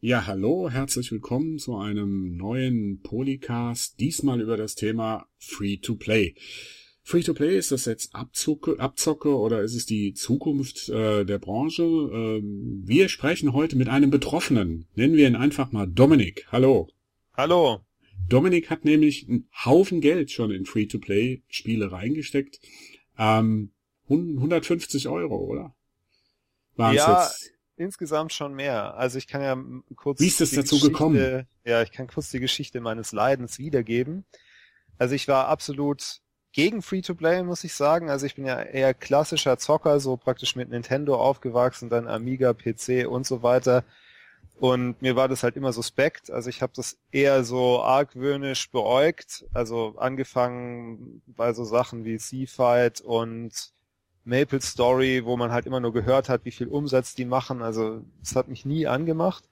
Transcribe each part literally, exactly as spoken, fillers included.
Ja, hallo, herzlich willkommen zu einem neuen Polycast, diesmal über das Thema Free-to-Play. Free-to-Play, ist das jetzt Abzocke, Abzocke oder ist es die Zukunft äh, der Branche? Ähm, wir sprechen heute mit einem Betroffenen. Nennen wir ihn einfach mal Dominik. Hallo. Hallo. Dominik hat nämlich einen Haufen Geld schon in Free-to-Play-Spiele reingesteckt. Ähm, hundertfünfzig Euro, oder? Waren's ja, jetzt? Insgesamt schon mehr. Also ich kann ja kurz Wie ist es die dazu Geschichte, gekommen? Ja, ich kann kurz die Geschichte meines Leidens wiedergeben. Also ich war absolut gegen Free-to-Play, muss ich sagen. Also ich bin ja eher klassischer Zocker, so praktisch mit Nintendo aufgewachsen, dann Amiga, P C und so weiter. Und mir war das halt immer suspekt. Also ich habe das eher so argwöhnisch beäugt. Also angefangen bei so Sachen wie Seafight und Maple Story, wo man halt immer nur gehört hat, wie viel Umsatz die machen. Also das hat mich nie angemacht.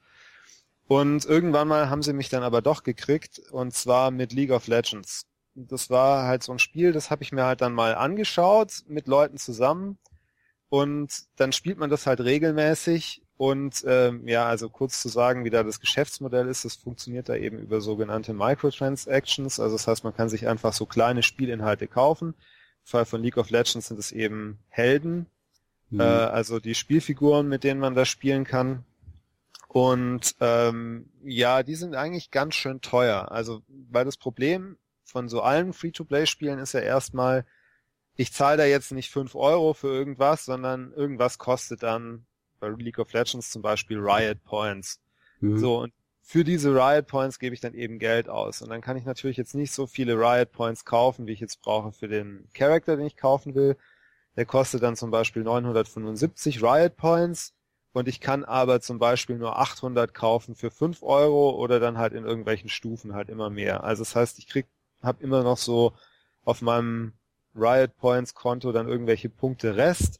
Und irgendwann mal haben sie mich dann aber doch gekriegt, und zwar mit League of Legends. Das war halt so ein Spiel, das habe ich mir halt dann mal angeschaut, mit Leuten zusammen. Und dann spielt man das halt regelmäßig. Und ähm, ja, also kurz zu sagen, wie da das Geschäftsmodell ist, das funktioniert da eben über sogenannte Microtransactions. Also das heißt, man kann sich einfach so kleine Spielinhalte kaufen. Im Fall von League of Legends sind es eben Helden, mhm. äh, also die Spielfiguren, mit denen man da spielen kann. Und ähm, ja, die sind eigentlich ganz schön teuer. Also, weil das Problem von so allen Free-to-Play-Spielen ist ja erstmal, ich zahle da jetzt nicht fünf Euro für irgendwas, sondern irgendwas kostet dann bei League of Legends zum Beispiel Riot Points. Mhm. So, und für diese Riot Points gebe ich dann eben Geld aus. Und dann kann ich natürlich jetzt nicht so viele Riot Points kaufen, wie ich jetzt brauche für den Charakter, den ich kaufen will. Der kostet dann zum Beispiel neunhundertfünfundsiebzig Riot Points. Und ich kann aber zum Beispiel nur achthundert kaufen für fünf Euro oder dann halt in irgendwelchen Stufen halt immer mehr. Also das heißt, ich krieg, habe immer noch so auf meinem Riot Points Konto dann irgendwelche Punkte Rest.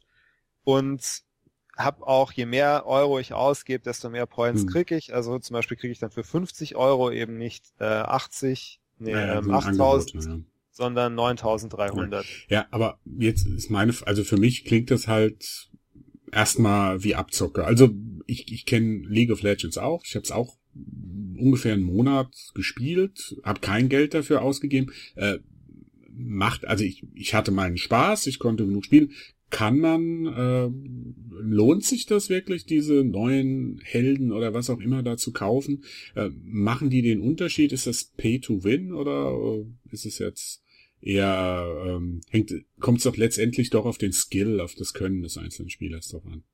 Und hab auch, je mehr Euro ich ausgebe, desto mehr Points hm. kriege ich. Also zum Beispiel kriege ich dann für fünfzig Euro eben nicht äh, achtzig, nee, ja, ähm, achttausend, ja. sondern neuntausenddreihundert. Ja. ja, aber jetzt ist meine, also für mich klingt das halt erstmal wie Abzocke. Also ich, ich kenne League of Legends auch. Ich habe es auch ungefähr einen Monat gespielt, habe kein Geld dafür ausgegeben. Äh, macht, also ich, ich hatte meinen Spaß, ich konnte genug spielen. Kann man, äh, lohnt sich das wirklich, diese neuen Helden oder was auch immer da zu kaufen? Äh, machen die den Unterschied? Ist das Pay to Win oder äh, ist es jetzt eher, ähm, hängt, kommt es doch letztendlich doch auf den Skill, auf das Können des einzelnen Spielers doch an?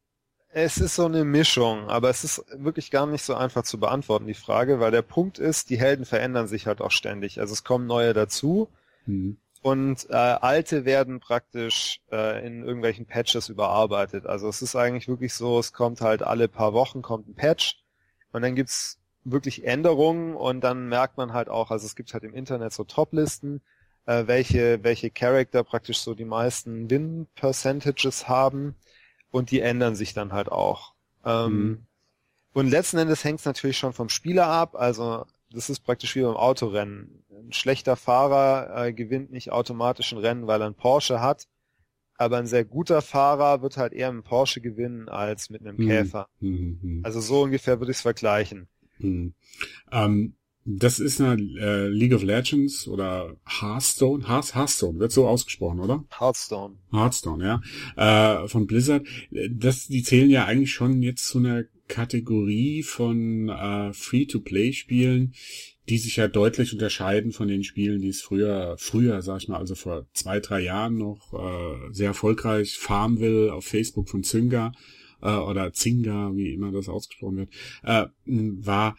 Es ist so eine Mischung, aber es ist wirklich gar nicht so einfach zu beantworten, die Frage, weil der Punkt ist, die Helden verändern sich halt auch ständig. Also es kommen neue dazu. Mhm. Und äh, alte werden praktisch äh, in irgendwelchen Patches überarbeitet. Also es ist eigentlich wirklich so, es kommt halt alle paar Wochen kommt ein Patch und dann gibt's wirklich Änderungen und dann merkt man halt auch, also es gibt halt im Internet so Toplisten, äh, welche welche Charakter praktisch so die meisten Win-Percentages haben und die ändern sich dann halt auch. Ähm, mhm. Und letzten Endes hängt es natürlich schon vom Spieler ab, also das ist praktisch wie beim Autorennen. Ein schlechter Fahrer äh, gewinnt nicht automatisch ein Rennen, weil er einen Porsche hat, aber ein sehr guter Fahrer wird halt eher mit einem Porsche gewinnen als mit einem mhm. Käfer. Mhm. Also so ungefähr würde ich es vergleichen. Mhm. Ähm, das ist eine äh, League of Legends oder Hearthstone, Hearth, Hearthstone, wird so ausgesprochen, oder? Hearthstone. Hearthstone, ja. Äh, von Blizzard. Das, die zählen ja eigentlich schon jetzt zu einer Kategorie von äh, Free-to-Play-Spielen, die sich ja deutlich unterscheiden von den Spielen, die es früher, früher, sag ich mal, also vor zwei, drei Jahren noch äh, sehr erfolgreich, Farmville auf Facebook von Zynga äh, oder Zynga, wie immer das ausgesprochen wird, äh, war,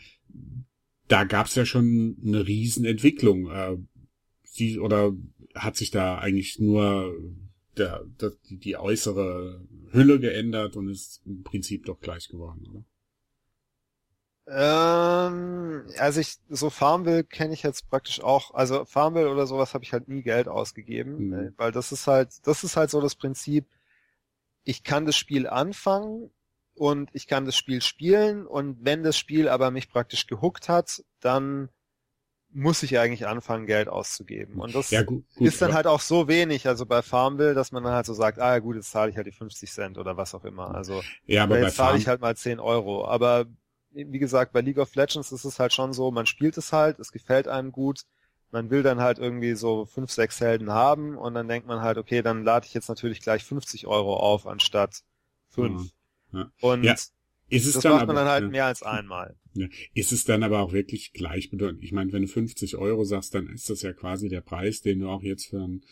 da gab's ja schon eine Riesenentwicklung. Äh, die, oder hat sich da eigentlich nur der, der, die äußere Hülle geändert und ist im Prinzip doch gleich geworden, oder? Ähm, also ich, so Farmville kenne ich jetzt praktisch auch, also Farmville oder sowas habe ich halt nie Geld ausgegeben, mhm. weil das ist halt, das ist halt so das Prinzip, ich kann das Spiel anfangen und ich kann das Spiel spielen und wenn das Spiel aber mich praktisch gehuckt hat, dann muss ich eigentlich anfangen, Geld auszugeben. Und das ja, gut, gut, ist dann halt auch so wenig, also bei Farmville, dass man dann halt so sagt, ah ja gut, jetzt zahle ich halt die fünfzig Cent oder was auch immer. Also ja, aber jetzt zahle ich halt mal zehn Euro. Aber wie gesagt, bei League of Legends ist es halt schon so, man spielt es halt, es gefällt einem gut, man will dann halt irgendwie so fünf, sechs Helden haben und dann denkt man halt, okay, dann lade ich jetzt natürlich gleich fünfzig Euro auf anstatt fünf. Ja. Ja. Und ja. Ist es das dann macht man aber, dann halt ja. mehr als einmal. Ja. Ist es dann aber auch wirklich gleichbedeutend? Ich meine, wenn du fünfzig Euro sagst, dann ist das ja quasi der Preis, den du auch jetzt für einen,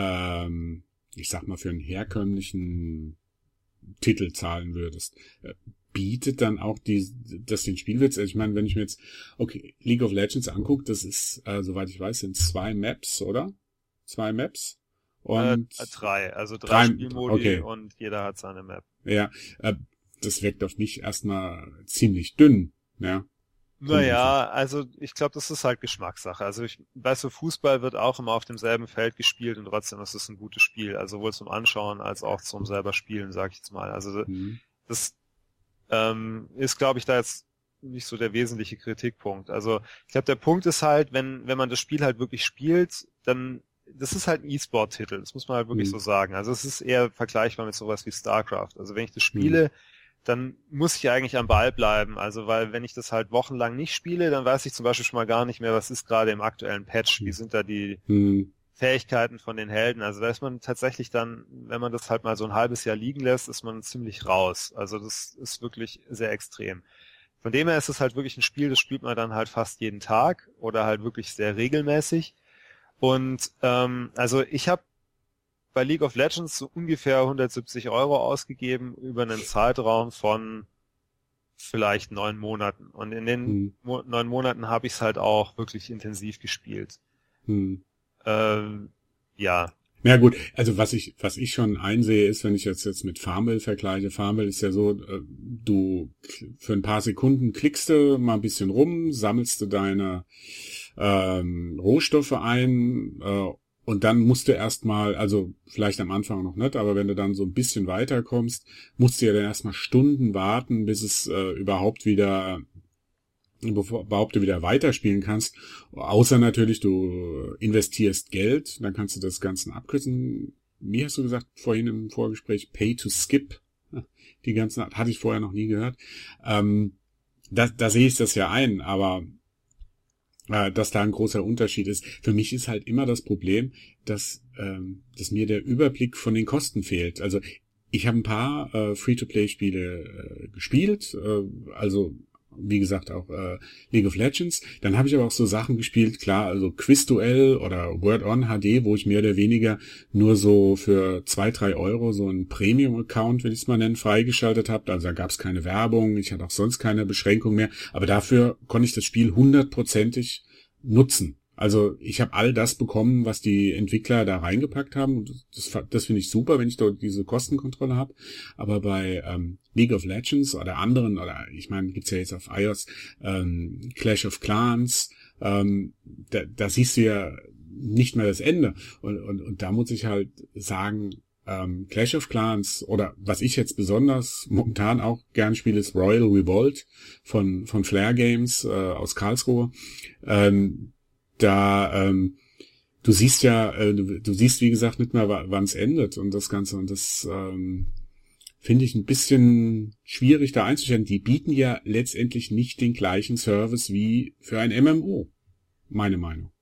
ähm, ich sag mal, für einen herkömmlichen Titel zahlen würdest. Bietet dann auch die, das den Spielwitz, also ich meine, wenn ich mir jetzt, okay, League of Legends angucke, das ist, äh, soweit ich weiß, sind zwei Maps, oder? Zwei Maps? Und äh, drei, also drei, drei Spielmodi okay. Und jeder hat seine Map. Ja, äh, das wirkt auf mich erstmal ziemlich dünn, ja. Naja, also ich glaube, das ist halt Geschmackssache. Also ich weiß, so Fußball wird auch immer auf demselben Feld gespielt und trotzdem ist es ein gutes Spiel. Also sowohl zum Anschauen als auch zum selber Spielen, sag ich jetzt mal. Also mhm. das ähm, ist, glaube ich, da jetzt nicht so der wesentliche Kritikpunkt. Also ich glaube, der Punkt ist halt, wenn wenn man das Spiel halt wirklich spielt, dann das ist halt ein E-Sport-Titel, das muss man halt wirklich mhm. so sagen. Also es ist eher vergleichbar mit sowas wie StarCraft. Also wenn ich das spiele, mhm. dann muss ich eigentlich am Ball bleiben. Also weil wenn ich das halt wochenlang nicht spiele, dann weiß ich zum Beispiel schon mal gar nicht mehr, was ist gerade im aktuellen Patch, wie sind da die mhm. Fähigkeiten von den Helden. Also da ist man tatsächlich dann, wenn man das halt mal so ein halbes Jahr liegen lässt, ist man ziemlich raus. Also das ist wirklich sehr extrem. Von dem her ist es halt wirklich ein Spiel, das spielt man dann halt fast jeden Tag oder halt wirklich sehr regelmäßig. Und ähm, also ich habe bei League of Legends so ungefähr hundertsiebzig Euro ausgegeben über einen Zeitraum von vielleicht neun Monaten. Und in den hm. Mo- neun Monaten habe ich es halt auch wirklich intensiv gespielt. Hm. Ähm, ja. Ja gut, also was ich was ich schon einsehe ist, wenn ich jetzt jetzt mit Farmville vergleiche, Farmville ist ja so, du für ein paar Sekunden klickst du mal ein bisschen rum, sammelst du deine ähm, Rohstoffe ein äh, und dann musst du erstmal, also vielleicht am Anfang noch nicht, aber wenn du dann so ein bisschen weiterkommst, musst du ja dann erstmal Stunden warten, bis es äh, überhaupt wieder bevor überhaupt du wieder weiterspielen kannst, außer natürlich du investierst Geld, dann kannst du das Ganze abkürzen. Wie hast du gesagt vorhin im Vorgespräch, Pay to Skip, die ganzen hatte ich vorher noch nie gehört. Ähm, da, da sehe ich das ja ein, aber äh, dass da ein großer Unterschied ist. Für mich ist halt immer das Problem, dass, ähm, dass mir der Überblick von den Kosten fehlt. Also ich habe ein paar äh, Free-to-Play-Spiele äh, gespielt, äh, also wie gesagt auch äh, League of Legends. Dann habe ich aber auch so Sachen gespielt, klar, also Quizduell oder Word On H D, wo ich mehr oder weniger nur so für zwei, drei Euro so einen Premium-Account, will ich es mal nennen, freigeschaltet habe. Also da gab es keine Werbung, ich hatte auch sonst keine Beschränkung mehr. Aber dafür konnte ich das Spiel hundertprozentig nutzen. Also ich habe all das bekommen, was die Entwickler da reingepackt haben. Und das, das finde ich super, wenn ich dort diese Kostenkontrolle habe. Aber bei ähm, League of Legends oder anderen, oder ich meine, gibt's ja jetzt auf iOS, ähm, Clash of Clans, ähm, da, da siehst du ja nicht mehr das Ende. Und, und, und da muss ich halt sagen, ähm, Clash of Clans oder was ich jetzt besonders momentan auch gern spiele, ist Royal Revolt von, von Flare Games äh, aus Karlsruhe. Ähm, Da, ähm, du siehst ja, äh, du, du siehst wie gesagt nicht mehr, wann es endet und das Ganze und das ähm, finde ich ein bisschen schwierig da einzustellen. Die bieten ja letztendlich nicht den gleichen Service wie für ein M M O, meine Meinung.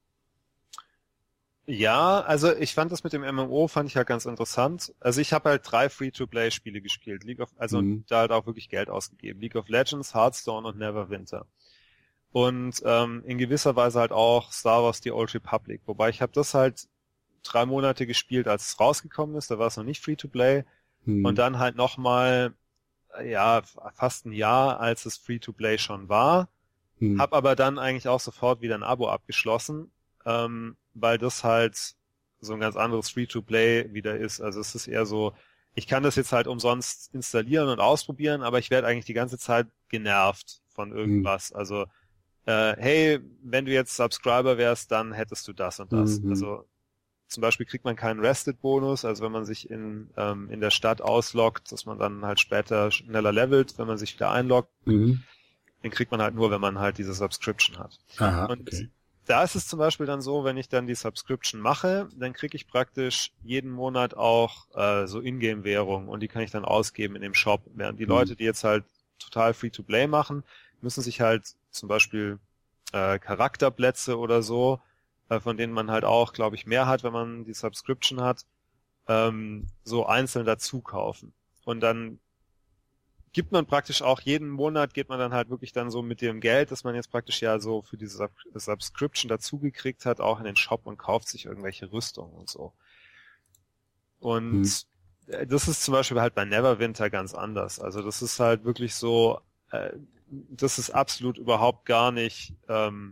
Ja, also ich fand das mit dem M M O fand ich halt ganz interessant. Also ich habe halt drei Free-to-Play-Spiele gespielt, League of, also mhm. da halt auch wirklich Geld ausgegeben. League of Legends, Hearthstone und Neverwinter. Und ähm, in gewisser Weise halt auch Star Wars The Old Republic. Wobei ich habe das halt drei Monate gespielt, als es rausgekommen ist. Da war es noch nicht Free-to-Play. Hm. Und dann halt nochmal, ja, fast ein Jahr, als es Free-to-Play schon war. Hm. Hab aber dann eigentlich auch sofort wieder ein Abo abgeschlossen, ähm, weil das halt so ein ganz anderes Free-to-Play wieder ist. Also es ist eher so, ich kann das jetzt halt umsonst installieren und ausprobieren, aber ich werde eigentlich die ganze Zeit genervt von irgendwas. Hm. Also Uh, hey, wenn du jetzt Subscriber wärst, dann hättest du das und das. Mhm. Also zum Beispiel kriegt man keinen Rested-Bonus, also wenn man sich in ähm, in der Stadt ausloggt, dass man dann halt später schneller levelt, wenn man sich wieder einloggt. Mhm. Den kriegt man halt nur, wenn man halt diese Subscription hat. Aha, und okay. Da ist es zum Beispiel dann so, wenn ich dann die Subscription mache, dann kriege ich praktisch jeden Monat auch äh, so Ingame-Währung und die kann ich dann ausgeben in dem Shop. Während die mhm. Leute, die jetzt halt total Free-to-Play machen, müssen sich halt zum Beispiel äh, Charakterplätze oder so, äh, von denen man halt auch, glaube ich, mehr hat, wenn man die Subscription hat, ähm, so einzeln dazu kaufen. Und dann gibt man praktisch auch jeden Monat, geht man dann halt wirklich dann so mit dem Geld, das man jetzt praktisch ja so für diese Sub- Subscription dazugekriegt hat, auch in den Shop und kauft sich irgendwelche Rüstungen und so. Und hm. das ist zum Beispiel halt bei Neverwinter ganz anders. Also das ist halt wirklich so, äh, das ist absolut überhaupt gar nicht ähm,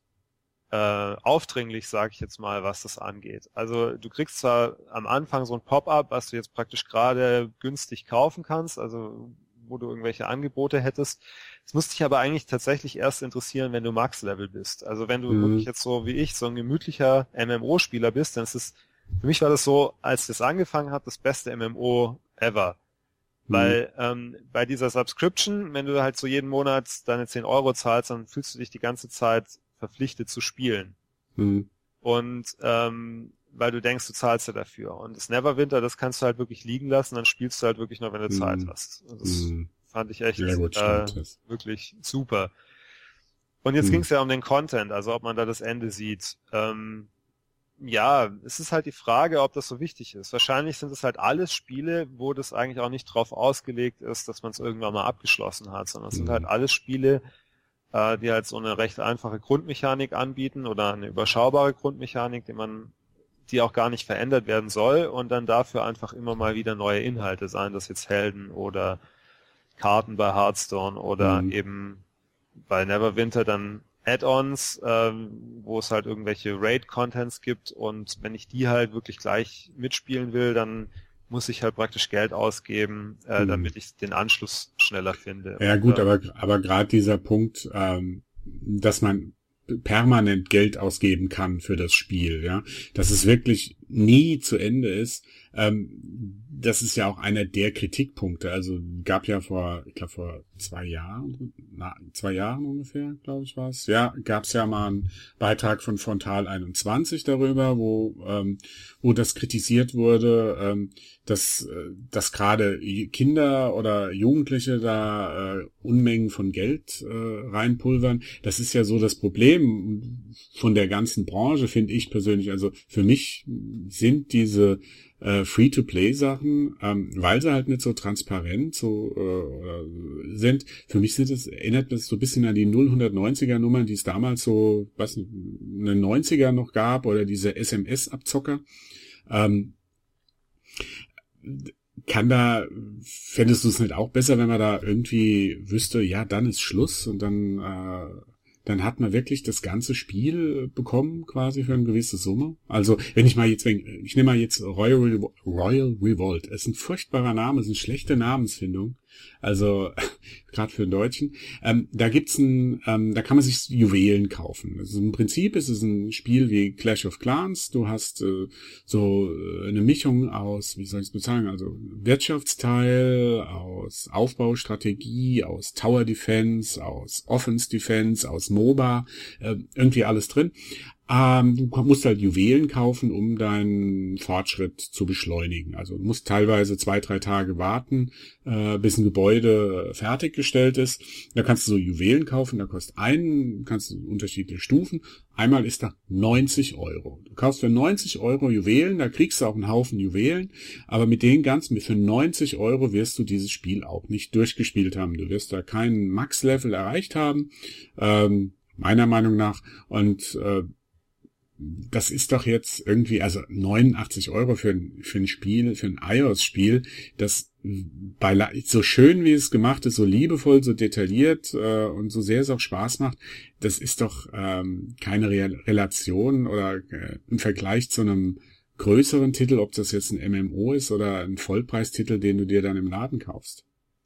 äh, aufdringlich, sage ich jetzt mal, was das angeht. Also du kriegst zwar am Anfang so ein Pop-up, was du jetzt praktisch gerade günstig kaufen kannst, also wo du irgendwelche Angebote hättest. Es muss dich aber eigentlich tatsächlich erst interessieren, wenn du Max-Level bist. Also wenn du mhm. wirklich jetzt so wie ich, so ein gemütlicher M M O-Spieler bist, dann ist es, für mich war das so, als das angefangen hat, das beste M M O ever. Mhm. Weil ähm, bei dieser Subscription, wenn du halt so jeden Monat deine zehn Euro zahlst, dann fühlst du dich die ganze Zeit verpflichtet zu spielen. Mhm. Und ähm, weil du denkst, du zahlst ja dafür. Und das Neverwinter, das kannst du halt wirklich liegen lassen, dann spielst du halt wirklich nur, wenn du mm. Zeit hast. Und das mm. fand ich echt gut, äh, wirklich super. Und jetzt mm. ging es ja um den Content, also ob man da das Ende sieht. Ähm, ja, es ist halt die Frage, ob das so wichtig ist. Wahrscheinlich sind es halt alles Spiele, wo das eigentlich auch nicht drauf ausgelegt ist, dass man es irgendwann mal abgeschlossen hat, sondern es mm. sind halt alles Spiele, äh, die halt so eine recht einfache Grundmechanik anbieten oder eine überschaubare Grundmechanik, die man die auch gar nicht verändert werden soll und dann dafür einfach immer mal wieder neue Inhalte, seien das jetzt Helden oder Karten bei Hearthstone oder mhm. eben bei Neverwinter dann Add-ons, ähm, wo es halt irgendwelche Raid-Contents gibt und wenn ich die halt wirklich gleich mitspielen will, dann muss ich halt praktisch Geld ausgeben, äh, mhm. damit ich den Anschluss schneller finde. Ja gut, und, aber aber gerade dieser Punkt, ähm, dass man permanent Geld ausgeben kann für das Spiel, ja, dass es wirklich nie zu Ende ist, ähm, das ist ja auch einer der Kritikpunkte. Also gab ja vor, ich glaube vor zwei Jahren, na, zwei Jahren ungefähr, glaube ich war es, ja, gab es ja mal einen Beitrag von Frontal einundzwanzig darüber, wo ähm, wo das kritisiert wurde, ähm, dass äh, dass gerade Kinder oder Jugendliche da äh, Unmengen von Geld äh, reinpulvern. Das ist ja so das Problem von der ganzen Branche, finde ich persönlich. Also für mich sind diese äh, Free-to-Play-Sachen, ähm, weil sie halt nicht so transparent so äh, sind. Für mich sind es, erinnert das so ein bisschen an die null neunziger Nummern, die es damals so, was, in den neunziger noch gab, oder diese S M S-Abzocker. Ähm, kann da, fändest du es nicht auch besser, wenn man da irgendwie wüsste, ja, dann ist Schluss und dann äh, dann hat man wirklich das ganze Spiel bekommen, quasi für eine gewisse Summe. Also, wenn ich mal jetzt, wenn, ich nehme mal jetzt Royal, Revo- Royal Revolt. Es ist ein furchtbarer Name, es ist eine schlechte Namensfindung. Also, gerade für den Deutschen. Ähm, da gibt's ein, ähm, da kann man sich Juwelen kaufen. Also im Prinzip ist es ein Spiel wie Clash of Clans. Du hast äh, so äh, eine Mischung aus, wie soll ich es bezeichnen, also Wirtschaftsteil, aus Aufbaustrategie, aus Tower Defense, aus Offense Defense, aus MOBA, äh, irgendwie alles drin. Ähm, du musst halt Juwelen kaufen, um deinen Fortschritt zu beschleunigen. Also du musst teilweise zwei, drei Tage warten, äh, bis ein Gebäude fertiggestellt ist. Da kannst du so Juwelen kaufen, da kostet einen, kannst du unterschiedliche Stufen. Einmal ist da neunzig Euro. Du kaufst für neunzig Euro Juwelen, da kriegst du auch einen Haufen Juwelen, aber mit den ganzen, für neunzig Euro wirst du dieses Spiel auch nicht durchgespielt haben. Du wirst da keinen Max-Level erreicht haben, ähm, meiner Meinung nach, und äh, das ist doch jetzt irgendwie, also neunundachtzig Euro für ein, für ein Spiel, für ein iOS-Spiel, das bei, so schön wie es gemacht ist, so liebevoll, so detailliert äh, und so sehr es auch Spaß macht, das ist doch ähm, keine Re- Relation oder äh, im Vergleich zu einem größeren Titel, ob das jetzt ein M M O ist oder ein Vollpreistitel, den du dir dann im Laden kaufst.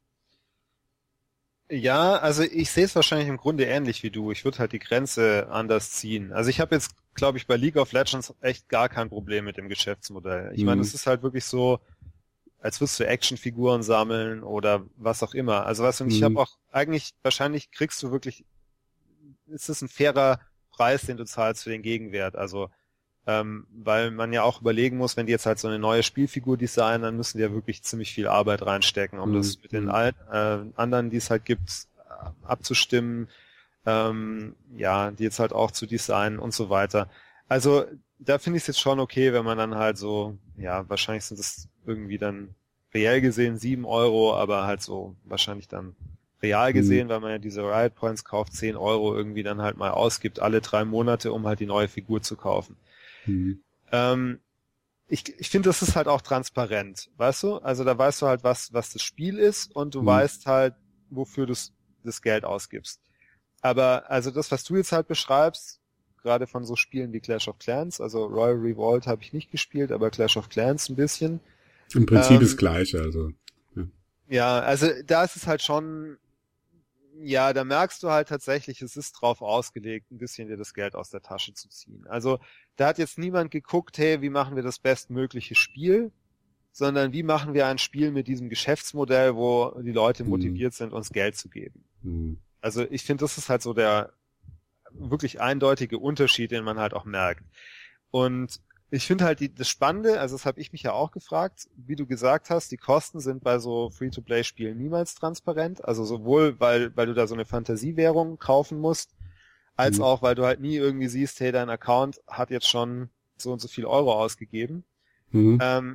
Ja, also ich sehe es wahrscheinlich im Grunde ähnlich wie du. Ich würde halt die Grenze anders ziehen. Also ich habe jetzt, glaube ich, bei League of Legends echt gar kein Problem mit dem Geschäftsmodell. Ich mhm. meine, es ist halt wirklich so, als würdest du Actionfiguren sammeln oder was auch immer. Also weißt du, und mhm. ich habe auch eigentlich, wahrscheinlich kriegst du wirklich, ist es ein fairer Preis, den du zahlst für den Gegenwert. Also ähm, weil man ja auch überlegen muss, wenn die jetzt halt so eine neue Spielfigur designen, dann müssen die ja wirklich ziemlich viel Arbeit reinstecken, um mhm. das mit den alten, äh, anderen, die es halt gibt, abzustimmen, ähm, ja, die jetzt halt auch zu designen und so weiter. Also da finde ich es jetzt schon okay, wenn man dann halt so, ja, wahrscheinlich sind es irgendwie dann reell gesehen sieben Euro, aber halt so wahrscheinlich dann real gesehen, mhm. weil man ja diese Riot Points kauft, zehn Euro irgendwie dann halt mal ausgibt, alle drei Monate, um halt die neue Figur zu kaufen. Mhm. Ähm, ich ich finde, das ist halt auch transparent, weißt du? Also da weißt du halt, was was das Spiel ist und du mhm. weißt halt, wofür du das Geld ausgibst. Aber also das, was du jetzt halt beschreibst, gerade von so Spielen wie Clash of Clans, also Royal Revolt habe ich nicht gespielt, aber Clash of Clans ein bisschen. Im Prinzip ähm, ist gleich, also. Ja. ja, also da ist es halt schon, ja, da merkst du halt tatsächlich, es ist drauf ausgelegt, ein bisschen dir das Geld aus der Tasche zu ziehen. Also da hat jetzt niemand geguckt, hey, wie machen wir das bestmögliche Spiel, sondern wie machen wir ein Spiel mit diesem Geschäftsmodell, wo die Leute motiviert hm. sind, uns Geld zu geben. Hm. Also ich finde, das ist halt so der wirklich eindeutige Unterschied, den man halt auch merkt. Und ich finde halt die, das Spannende, also das habe ich mich ja auch gefragt, wie du gesagt hast, die Kosten sind bei so Free-to-Play-Spielen niemals transparent, also sowohl, weil weil du da so eine Fantasiewährung kaufen musst, als mhm. auch, weil du halt nie irgendwie siehst, hey, dein Account hat jetzt schon so und so viel Euro ausgegeben. Mhm. Ähm,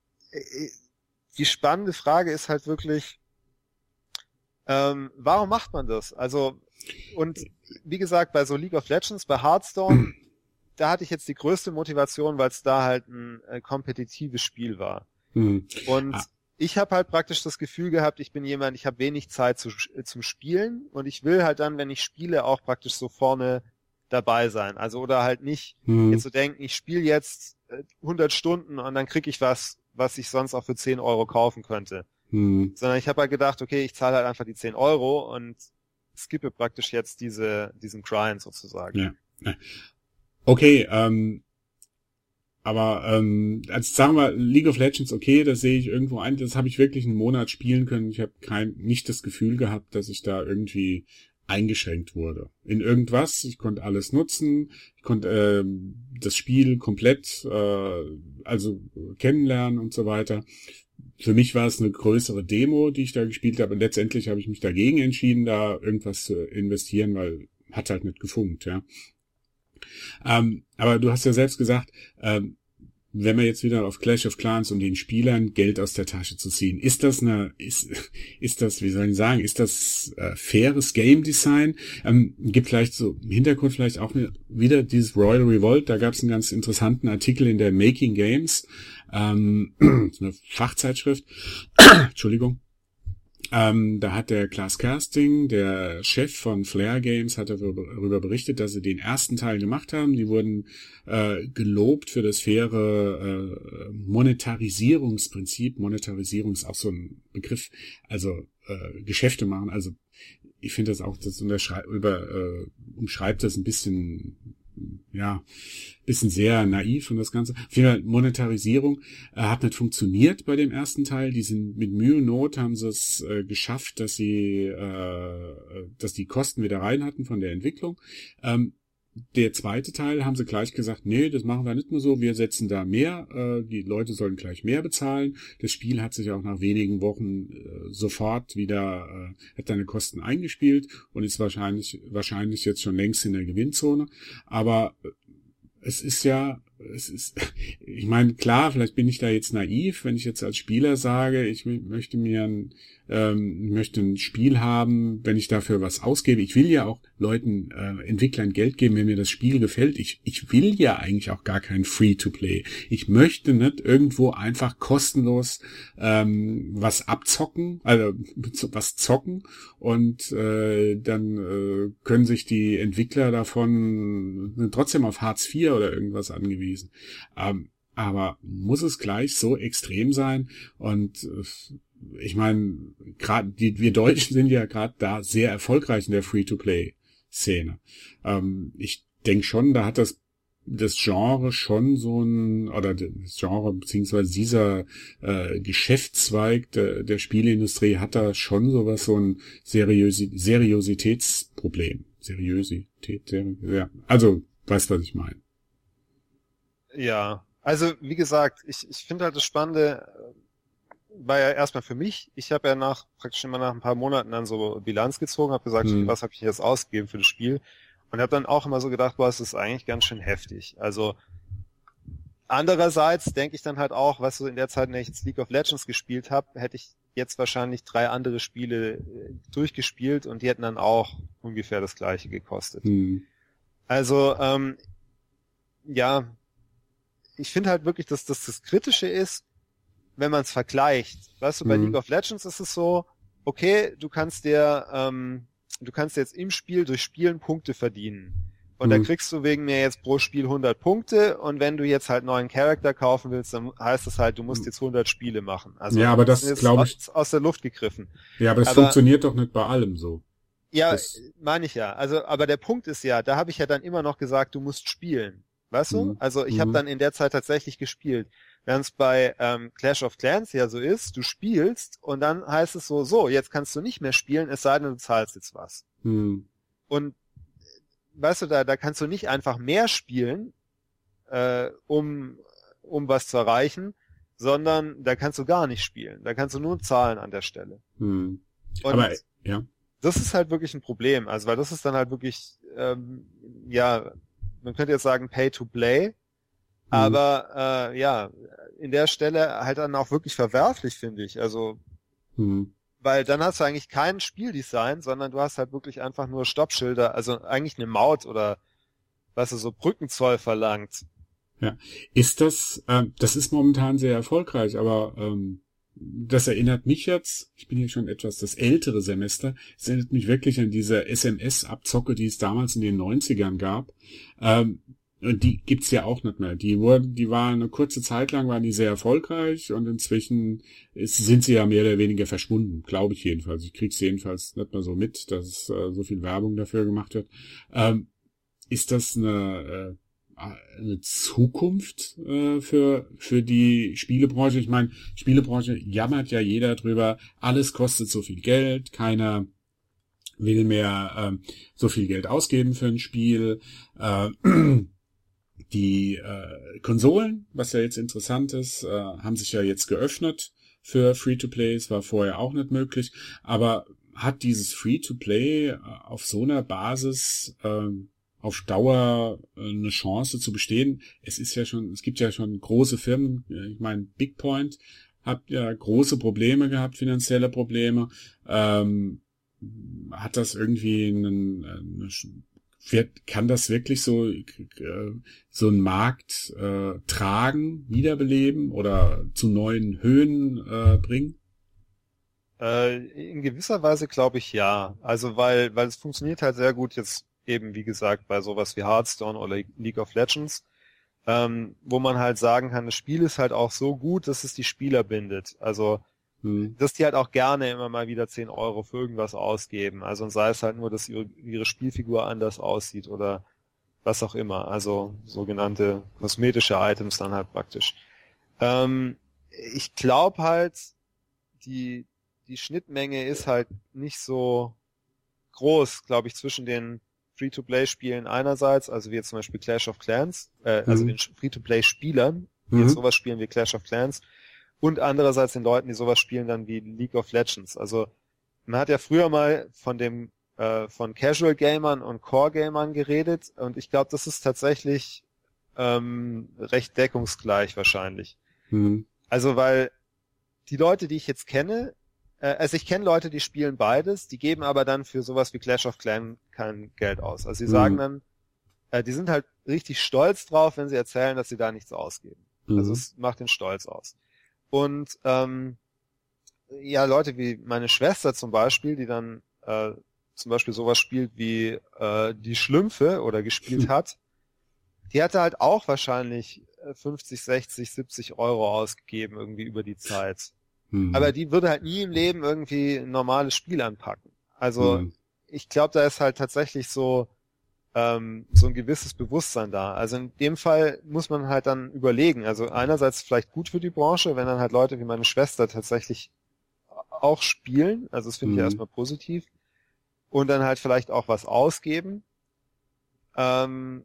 die spannende Frage ist halt wirklich, ähm, warum macht man das? Also, und wie gesagt, bei so League of Legends, bei Hearthstone, da hatte ich jetzt die größte Motivation, weil es da halt ein äh, kompetitives Spiel war. Mhm. Und ah. ich habe halt praktisch das Gefühl gehabt, ich bin jemand, ich habe wenig Zeit zu, äh, zum Spielen und ich will halt dann, wenn ich spiele, auch praktisch so vorne dabei sein. Also oder halt nicht mhm. jetzt so denken, ich spiele jetzt äh, hundert Stunden und dann kriege ich was, was ich sonst auch für zehn Euro kaufen könnte. Mhm. Sondern ich habe halt gedacht, okay, ich zahle halt einfach die zehn Euro und skippe praktisch jetzt diese diesen Grind sozusagen. Ja. Okay, ähm, aber ähm, als sagen wir League of Legends, okay, das sehe ich irgendwo ein, das habe ich wirklich einen Monat spielen können. Ich habe kein nicht das Gefühl gehabt, dass ich da irgendwie eingeschränkt wurde in irgendwas. Ich konnte alles nutzen, ich konnte äh, das Spiel komplett äh, also kennenlernen und so weiter. Für mich war es eine größere Demo, die ich da gespielt habe. Und letztendlich habe ich mich dagegen entschieden, da irgendwas zu investieren, weil hat halt nicht gefunkt, ja. Ähm, aber du hast ja selbst gesagt, ähm, wenn wir jetzt wieder auf Clash of Clans und den Spielern Geld aus der Tasche zu ziehen, ist das eine, ist, ist das, wie soll ich sagen, ist das äh, faires Game Design? Ähm, gibt vielleicht so im Hintergrund vielleicht auch eine, wieder dieses Royal Revolt, da gab es einen ganz interessanten Artikel in der Making Games, ähm, eine Fachzeitschrift, Entschuldigung. Ähm, da hat der Klaas Kersting, der Chef von Flair Games, hat darüber berichtet, dass sie den ersten Teil gemacht haben. Die wurden äh, gelobt für das faire äh, Monetarisierungsprinzip. Monetarisierung ist auch so ein Begriff, also äh, Geschäfte machen. Also ich finde das auch, das unterschrei- über, äh, umschreibt das ein bisschen, ja, bisschen sehr naiv und das Ganze. Auf jeden Fall, Monetarisierung äh, hat nicht funktioniert bei dem ersten Teil. Die sind mit Mühe und Not haben sie es äh, geschafft, dass sie, äh, dass die Kosten wieder rein hatten von der Entwicklung. Ähm, der zweite Teil haben sie gleich gesagt, nee, das machen wir nicht nur so, wir setzen da mehr, äh, die Leute sollen gleich mehr bezahlen. Das Spiel hat sich auch nach wenigen Wochen äh, sofort wieder, äh, hat seine Kosten eingespielt und ist wahrscheinlich, wahrscheinlich jetzt schon längst in der Gewinnzone. Aber äh, es ist ja, es ist, ich meine, klar, vielleicht bin ich da jetzt naiv, wenn ich jetzt als Spieler sage, ich möchte mir ein, ähm, möchte ein Spiel haben, wenn ich dafür was ausgebe. Ich will ja auch Leuten, äh, Entwicklern Geld geben, wenn mir das Spiel gefällt. Ich, ich will ja eigentlich auch gar kein Free-to-Play. Ich möchte nicht irgendwo einfach kostenlos ähm, was abzocken, also was zocken und äh, dann äh, können sich die Entwickler davon trotzdem auf Hartz vier oder irgendwas angewiesen. Ähm, aber muss es gleich so extrem sein? Und äh, ich meine, gerade die wir Deutschen sind ja gerade da sehr erfolgreich in der Free-to-Play-Szene. Ähm, ich denke schon, da hat das das Genre schon so ein, oder das Genre beziehungsweise dieser äh, Geschäftszweig der, der Spieleindustrie hat da schon sowas, so ein Seriösi Seriositätsproblem. Seriosität, seri ja. Also, weißt was ich meine. Ja, also wie gesagt, ich, ich finde halt das Spannende, war ja erstmal für mich. Ich habe ja nach praktisch immer nach ein paar Monaten dann so Bilanz gezogen, habe gesagt, Hm. was habe ich jetzt ausgegeben für das Spiel und habe dann auch immer so gedacht, boah, es ist eigentlich ganz schön heftig. Also andererseits denke ich dann halt auch, was so in der Zeit, in der ich jetzt League of Legends gespielt habe, hätte ich jetzt wahrscheinlich drei andere Spiele äh, durchgespielt und die hätten dann auch ungefähr das gleiche gekostet. Hm. Also ähm, ja, ich finde halt wirklich, dass das das Kritische ist, wenn man es vergleicht. Weißt du, bei Mhm. League of Legends ist es so, okay, du kannst dir, ähm, du kannst jetzt im Spiel durch Spielen Punkte verdienen. Und Mhm. da kriegst du wegen mir jetzt pro Spiel hundert Punkte und wenn du jetzt halt neuen Charakter kaufen willst, dann heißt das halt, du musst jetzt hundert Spiele machen. Also Ja, aber das ist glaube ich- aus, aus der Luft gegriffen. Ja, aber das Aber- funktioniert doch nicht bei allem so. Ja, Das- meine ich ja. Also, aber der Punkt ist ja, da habe ich ja dann immer noch gesagt, du musst spielen. Weißt du? Mhm. Also ich habe Mhm. dann in der Zeit tatsächlich gespielt. Während es bei ähm, Clash of Clans ja so ist, du spielst und dann heißt es so, so, jetzt kannst du nicht mehr spielen, es sei denn, du zahlst jetzt was. Hm. Und weißt du, da, da kannst du nicht einfach mehr spielen, äh, um, um was zu erreichen, sondern da kannst du gar nicht spielen. Da kannst du nur zahlen an der Stelle. Hm. Und Aber, ja. das ist halt wirklich ein Problem. Also, weil das ist dann halt wirklich, ähm, ja, man könnte jetzt sagen Pay to Play, aber äh, ja, in der Stelle halt dann auch wirklich verwerflich, finde ich. Also, Hm. weil dann hast du eigentlich kein Spieldesign, sondern du hast halt wirklich einfach nur Stoppschilder, also eigentlich eine Maut oder was du so Brückenzoll verlangt. Ist das, ähm, das ist momentan sehr erfolgreich, aber ähm, das erinnert mich jetzt, ich bin hier schon etwas das ältere Semester, es erinnert mich wirklich an diese S M S-Abzocke, die es damals in den neunzigern gab. Ähm, und die gibt's ja auch nicht mehr. Die wurden, die waren eine kurze Zeit lang, waren die sehr erfolgreich und inzwischen ist, sind sie ja mehr oder weniger verschwunden, glaube ich jedenfalls. Ich krieg's jedenfalls nicht mehr so mit, dass es äh, so viel Werbung dafür gemacht wird. Ähm, ist das eine, äh, eine Zukunft äh, für für die Spielebranche? Ich meine, Spielebranche jammert ja jeder drüber, alles kostet so viel Geld, keiner will mehr ähm, so viel Geld ausgeben für ein Spiel. Äh, die äh, Konsolen, was ja jetzt interessant ist, äh, haben sich ja jetzt geöffnet für Free-to-Plays, war vorher auch nicht möglich, aber hat dieses Free-to-Play äh, auf so einer Basis ähm, auf Dauer äh, eine Chance zu bestehen? Es ist ja schon, es gibt ja schon große Firmen, ich meine Big Point hat ja große Probleme gehabt, finanzielle Probleme. Ähm, hat das irgendwie einen, eine, wird, kann das wirklich so äh, so einen Markt äh, tragen, wiederbeleben oder zu neuen Höhen äh, bringen? Äh, in gewisser Weise glaube ich ja. Also weil weil es funktioniert halt sehr gut jetzt eben, wie gesagt, bei sowas wie Hearthstone oder League of Legends, ähm, wo man halt sagen kann, das Spiel ist halt auch so gut, dass es die Spieler bindet. Also Hm. dass die halt auch gerne immer mal wieder zehn Euro für irgendwas ausgeben. Also und sei es halt nur, dass ihre, ihre Spielfigur anders aussieht oder was auch immer. Also sogenannte kosmetische Items dann halt praktisch. Ähm, ich glaube halt, die, die Schnittmenge ist halt nicht so groß, glaube ich, zwischen den Free-to-Play-Spielen einerseits, also wie jetzt zum Beispiel Clash of Clans, äh, also Mhm. den Free-to-Play-Spielern, die Mhm. jetzt sowas spielen wie Clash of Clans, und andererseits den Leuten, die sowas spielen dann wie League of Legends. Also man hat ja früher mal von dem äh, von Casual Gamern und Core Gamern geredet und ich glaube, das ist tatsächlich ähm, recht deckungsgleich wahrscheinlich. Hm. Also weil die Leute, die ich jetzt kenne, äh, also ich kenne Leute, die spielen beides, die geben aber dann für sowas wie Clash of Clans kein Geld aus. Also sie Mhm. sagen dann, äh, die sind halt richtig stolz drauf, wenn sie erzählen, dass sie da nichts ausgeben. Mhm. Also es macht den Stolz aus. Und ähm, ja, Leute wie meine Schwester zum Beispiel, die dann äh, zum Beispiel sowas spielt wie äh, die Schlümpfe oder gespielt Hm. hat, die hatte halt auch wahrscheinlich äh, fünfzig, sechzig, siebzig Euro ausgegeben irgendwie über die Zeit. Hm. Aber die würde halt nie im Leben irgendwie ein normales Spiel anpacken. Also Hm. ich glaube, da ist halt tatsächlich so ähm, so ein gewisses Bewusstsein da. Also in dem Fall muss man halt dann überlegen. Also einerseits vielleicht gut für die Branche, wenn dann halt Leute wie meine Schwester tatsächlich auch spielen. Also das finde ich Mhm. ja erstmal positiv. Und dann halt vielleicht auch was ausgeben. Ähm,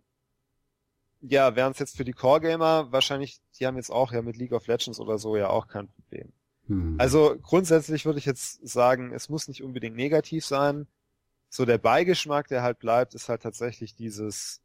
ja, während es jetzt für die Core-Gamer wahrscheinlich, die haben jetzt auch ja mit League of Legends oder so ja auch kein Problem. Hm. Also grundsätzlich würde ich jetzt sagen, es muss nicht unbedingt negativ sein. So der Beigeschmack, der halt bleibt, ist halt tatsächlich dieses,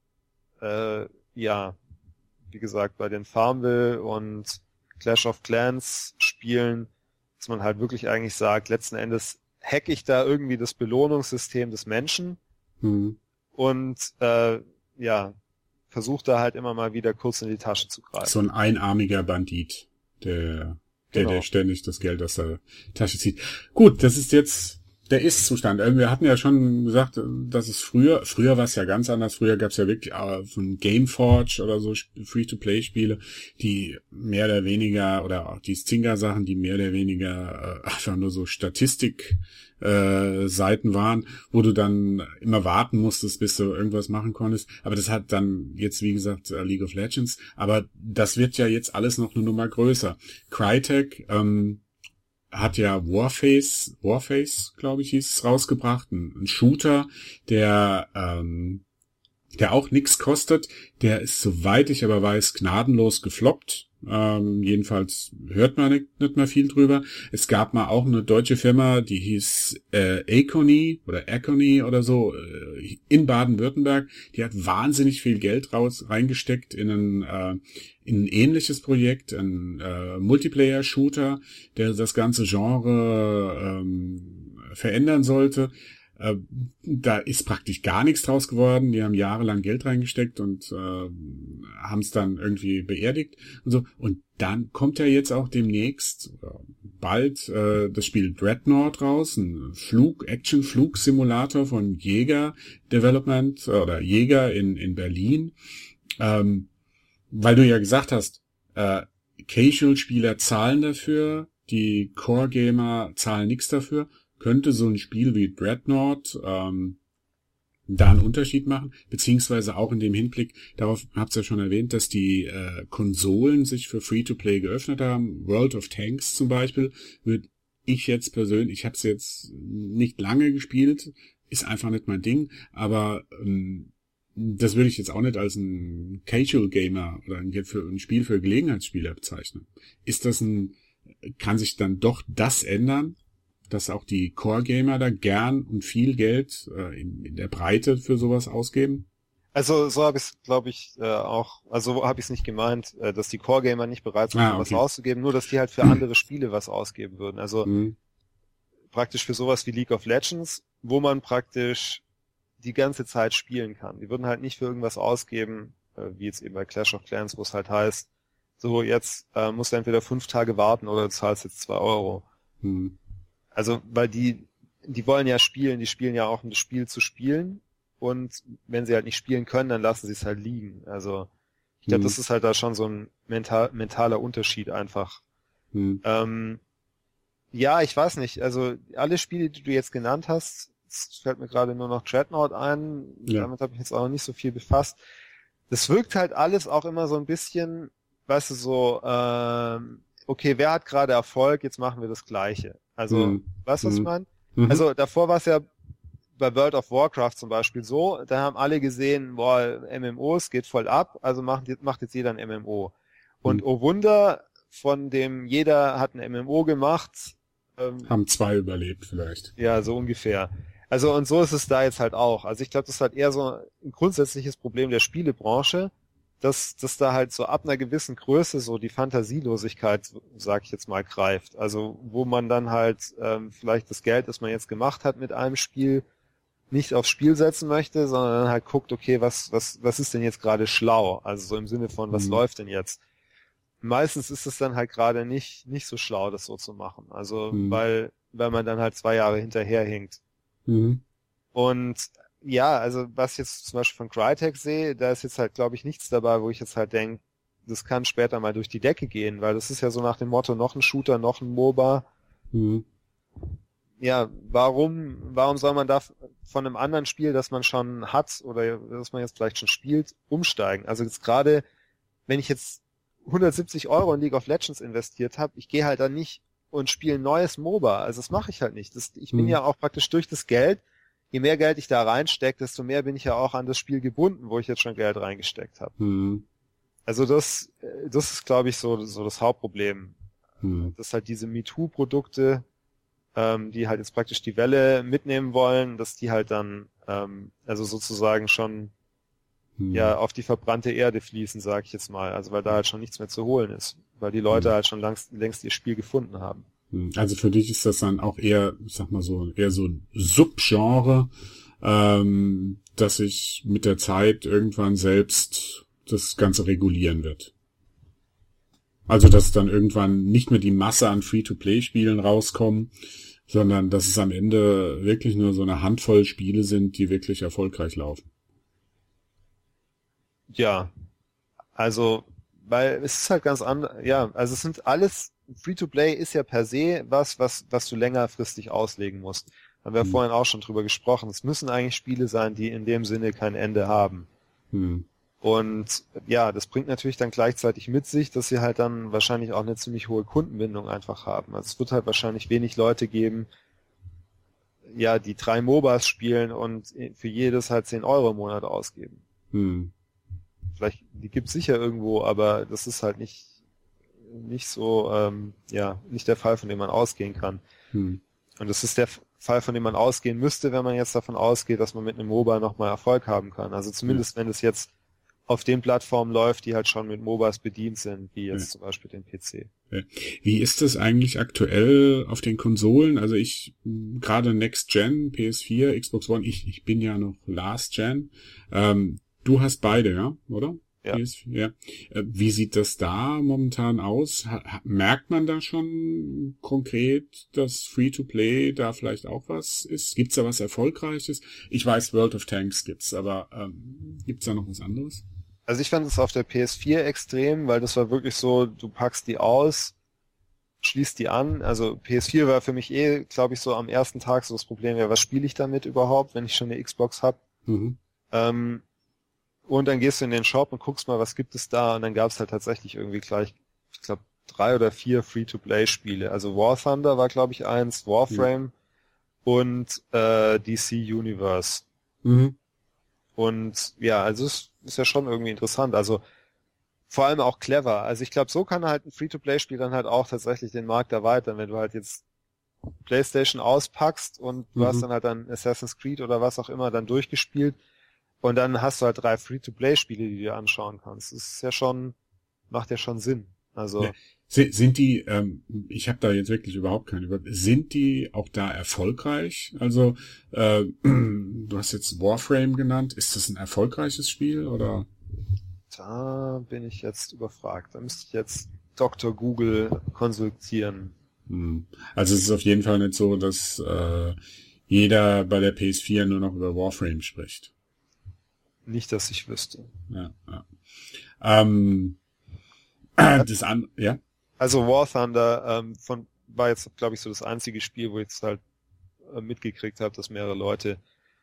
äh, ja, wie gesagt, bei den Farmville und Clash of Clans Spielen, dass man halt wirklich eigentlich sagt, letzten Endes hack ich da irgendwie das Belohnungssystem des Menschen Hm. und äh, ja, versucht da halt immer mal wieder kurz in die Tasche zu greifen. So ein einarmiger Bandit, der, der, Genau. der ständig das Geld aus der Tasche zieht. Gut, das ist jetzt der Ist-Zustand. Wir hatten ja schon gesagt, dass es früher, früher war es ja ganz anders. Früher gab es ja wirklich äh, so ein Gameforge oder so Free-to-Play-Spiele, die mehr oder weniger, oder auch die Zynga-Sachen, die mehr oder weniger äh, einfach nur so Statistik äh, Seiten waren, wo du dann immer warten musstest, bis du irgendwas machen konntest. Aber das hat dann jetzt, wie gesagt, äh, League of Legends. Aber das wird ja jetzt alles noch eine Nummer größer. Crytek ähm, hat ja Warface, Warface, glaube ich, hieß es, rausgebracht. Ein, ein Shooter, der ähm, der auch nichts kostet. Der ist, soweit ich aber weiß, gnadenlos gefloppt. Ähm, jedenfalls hört man nicht, nicht mehr viel drüber. Es gab mal auch eine deutsche Firma, die hieß äh, Acony oder Acony oder so äh, in Baden-Württemberg. Die hat wahnsinnig viel Geld raus reingesteckt in ein äh, in ein ähnliches Projekt, ein äh, Multiplayer-Shooter, der das ganze Genre ähm, verändern sollte. Äh, da ist praktisch gar nichts draus geworden. Die haben jahrelang Geld reingesteckt und äh, haben es dann irgendwie beerdigt und so. Und dann kommt ja jetzt auch demnächst äh, bald äh, das Spiel Dreadnought raus, ein Flug, Action-Flug-Simulator von Jäger Development äh, oder Jäger in in Berlin. Ähm, weil du ja gesagt hast, äh, Casual-Spieler zahlen dafür, die Core-Gamer zahlen nichts dafür. Könnte so ein Spiel wie Dreadnought ähm, da einen Unterschied machen, beziehungsweise auch in dem Hinblick, darauf habt ihr ja schon erwähnt, dass die äh, Konsolen sich für Free-to-Play geöffnet haben. World of Tanks zum Beispiel, würde ich jetzt persönlich, ich habe es jetzt nicht lange gespielt, ist einfach nicht mein Ding, aber ähm, das würde ich jetzt auch nicht als ein Casual-Gamer oder ein, für, ein Spiel für Gelegenheitsspieler bezeichnen. Ist das ein, kann sich dann doch das ändern, dass auch die Core-Gamer da gern und viel Geld äh, in, in der Breite für sowas ausgeben? Also so habe ich es, glaube ich, äh, auch, also habe ich es nicht gemeint, äh, dass die Core-Gamer nicht bereit sind, Ah, okay. was auszugeben, nur dass die halt für andere Spiele was ausgeben würden. Also Mhm. praktisch für sowas wie League of Legends, wo man praktisch die ganze Zeit spielen kann. Die würden halt nicht für irgendwas ausgeben, äh, wie jetzt eben bei Clash of Clans, wo es halt heißt, so jetzt äh, musst du entweder fünf Tage warten oder du zahlst jetzt zwei Euro. Mhm. Also, weil die, die wollen ja spielen, die spielen ja auch, um das Spiel zu spielen. Und wenn sie halt nicht spielen können, dann lassen sie es halt liegen. Also, ich glaube, Mhm. das ist halt da schon so ein mental, mentaler Unterschied einfach. Mhm. Ähm, ja, ich weiß nicht. Also, alle Spiele, die du jetzt genannt hast, es fällt mir gerade nur noch Dreadnought ein. Ja. Damit habe ich jetzt auch noch nicht so viel befasst. Das wirkt halt alles auch immer so ein bisschen, weißt du, so, ähm, okay, wer hat gerade Erfolg, jetzt machen wir das Gleiche. Also, Mhm. weißt du, was ich Mhm. meine? Mhm. Also, davor war es ja bei World of Warcraft zum Beispiel so, da haben alle gesehen, boah, M M Os geht voll ab, also macht, macht jetzt jeder ein M M O. Und Mhm. oh Wunder, von dem jeder hat ein M M O gemacht, ähm, Haben zwei überlebt vielleicht. ja, so ungefähr. Also, und so ist es da jetzt halt auch. Also, ich glaube, das ist halt eher so ein grundsätzliches Problem der Spielebranche, dass, dass da halt so ab einer gewissen Größe so die Fantasielosigkeit, sag ich jetzt mal, greift. Also, wo man dann halt ähm, vielleicht das Geld, das man jetzt gemacht hat mit einem Spiel, nicht aufs Spiel setzen möchte, sondern dann halt guckt, okay, was, was, was ist denn jetzt gerade schlau? Also so im Sinne von, was Mhm. läuft denn jetzt? Meistens ist es dann halt gerade nicht, nicht so schlau, das so zu machen. Also, Mhm. weil, weil man dann halt zwei Jahre hinterherhinkt. Mhm. Und ja, also was ich jetzt zum Beispiel von Crytek sehe, da ist jetzt halt, glaube ich, nichts dabei, wo ich jetzt halt denke, das kann später mal durch die Decke gehen, weil das ist ja so nach dem Motto, noch ein Shooter, noch ein MOBA. Mhm. Ja, warum, warum soll man da von einem anderen Spiel, das man schon hat oder das man jetzt vielleicht schon spielt, umsteigen? Also jetzt gerade, wenn ich jetzt hundertsiebzig Euro in League of Legends investiert habe, ich gehe halt da nicht und spiele ein neues MOBA. Also das mache ich halt nicht. Das, ich bin Mhm. ja auch praktisch durch das Geld, je mehr Geld ich da reinstecke, desto mehr bin ich ja auch an das Spiel gebunden, wo ich jetzt schon Geld reingesteckt habe. Mhm. Also das, äh, das ist, glaube ich, so, so das Hauptproblem. Hm. Dass halt diese MeToo-Produkte, ähm, die halt jetzt praktisch die Welle mitnehmen wollen, dass die halt dann, ähm, also sozusagen schon Hm. ja auf die verbrannte Erde fließen, sag ich jetzt mal. Also weil da halt schon nichts mehr zu holen ist. Weil die Leute Hm. halt schon längst, längst ihr Spiel gefunden haben. Also für dich ist das dann auch eher, ich sag mal so, eher so ein Subgenre, ähm, dass sich mit der Zeit irgendwann selbst das Ganze regulieren wird. Also dass dann irgendwann nicht mehr die Masse an Free-to-Play-Spielen rauskommen, sondern dass es am Ende wirklich nur so eine Handvoll Spiele sind, die wirklich erfolgreich laufen. Ja, also, weil es ist halt ganz anders, ja, also es sind alles, Free-to-Play ist ja per se was, was, was du längerfristig auslegen musst. Haben wir Hm. vorhin auch schon drüber gesprochen. Es müssen eigentlich Spiele sein, die in dem Sinne kein Ende haben. Hm. Und ja, das bringt natürlich dann gleichzeitig mit sich, dass sie halt dann wahrscheinlich auch eine ziemlich hohe Kundenbindung einfach haben. Also es wird halt wahrscheinlich wenig Leute geben, ja, die drei MOBAs spielen und für jedes halt zehn Euro im Monat ausgeben. Hm. Vielleicht, die gibt's sicher irgendwo, aber das ist halt nicht, nicht so, ähm, ja, nicht der Fall, von dem man ausgehen kann. Hm. Und das ist der Fall, von dem man ausgehen müsste, wenn man jetzt davon ausgeht, dass man mit einem MOBA nochmal Erfolg haben kann. Also zumindest, ja. wenn es jetzt auf den Plattformen läuft, die halt schon mit MOBAs bedient sind, wie jetzt ja. zum Beispiel den P C. Ja. Wie ist das eigentlich aktuell auf den Konsolen? Also ich, gerade Next Gen, P S vier, Xbox One, ich, ich bin ja noch Last Gen. Ähm, du hast beide, ja, oder? Ja. P S vier, ja. Wie sieht das da momentan aus? Ha, merkt man da schon konkret, dass Free-to-Play da vielleicht auch was ist? Gibt's da was Erfolgreiches? Ich weiß, World of Tanks gibt's, aber ähm, gibt's da noch was anderes? Also ich fand es auf der P S vier extrem, weil das war wirklich so, du packst die aus, schließt die an. Also P S vier war für mich eh, glaube ich, so am ersten Tag so das Problem, ja, was spiele ich damit überhaupt, wenn ich schon eine Xbox habe? Mhm. Ähm, und dann gehst du in den Shop und guckst mal, was gibt es da, und dann gab es halt tatsächlich irgendwie gleich, ich glaube, drei oder vier Free-to-Play-Spiele. Also War Thunder war, glaube ich, eins, Warframe mhm. und äh, D C Universe. Mhm. Und ja, also es ist ja schon irgendwie interessant. Also vor allem auch clever. Also ich glaube, so kann halt ein Free-to-Play-Spiel dann halt auch tatsächlich den Markt erweitern, wenn du halt jetzt PlayStation auspackst und du mhm. hast dann halt dann Assassin's Creed oder was auch immer dann durchgespielt und dann hast du halt drei Free-to-Play-Spiele, die du dir anschauen kannst. Das ist ja schon, macht ja schon Sinn. Also ja. Sind die, ähm, ich habe da jetzt wirklich überhaupt keinen Überblick, sind die auch da erfolgreich? Also äh, du hast jetzt Warframe genannt, ist das ein erfolgreiches Spiel oder? Da bin ich jetzt überfragt. Da müsste ich jetzt Doktor Google konsultieren. Hm. Also es ist auf jeden Fall nicht so, dass äh, jeder bei der P S vier nur noch über Warframe spricht. Nicht, dass ich wüsste. Ja, ja. Ähm, das an, ja. Also War Thunder ähm, von, war jetzt, glaube ich, so das einzige Spiel, wo ich jetzt halt äh, mitgekriegt habe, dass mehrere Leute